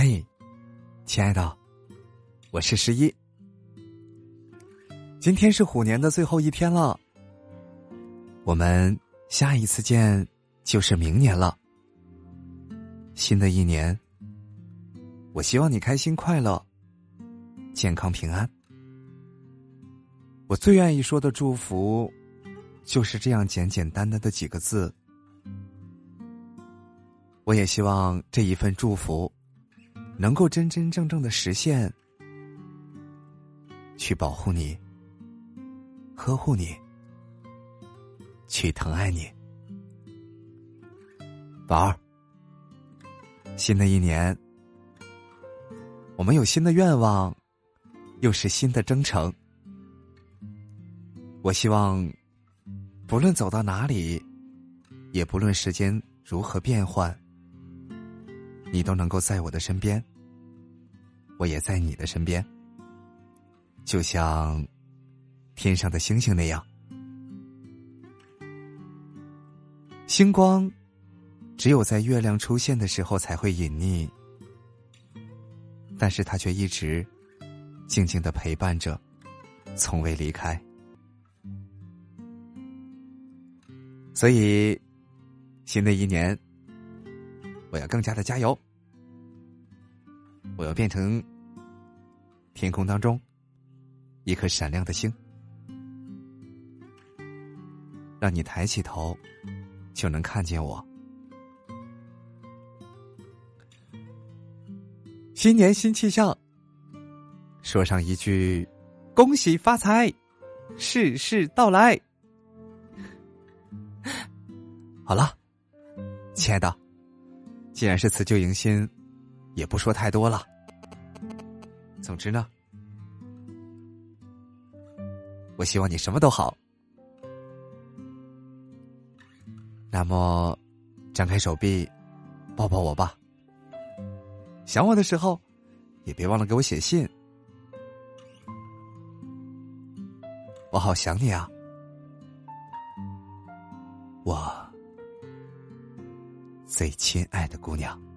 嘿，亲爱的，我是11。今天是虎年的最后一天了，我们下一次见就是明年了。新的一年，我希望你开心快乐，健康平安。我最愿意说的祝福，就是这样简简单单的几个字。我也希望这一份祝福能够真真正正的实现，去保护你，呵护你，去疼爱你。宝儿，新的一年，我们有新的愿望，又是新的征程。我希望不论走到哪里，也不论时间如何变换，你都能够在我的身边，我也在你的身边，就像天上的星星那样。星光只有在月亮出现的时候才会隐匿，但是它却一直静静地陪伴着，从未离开。所以新的一年，我要更加的加油，我要变成天空当中一颗闪亮的星，让你抬起头就能看见我。新年新气象，说上一句恭喜发财，事事到来。好了，亲爱的，既然是辞旧迎新，也不说太多了。总之呢，我希望你什么都好。那么张开手臂抱抱我吧，想我的时候也别忘了给我写信，我好想你啊，我最亲爱的姑娘。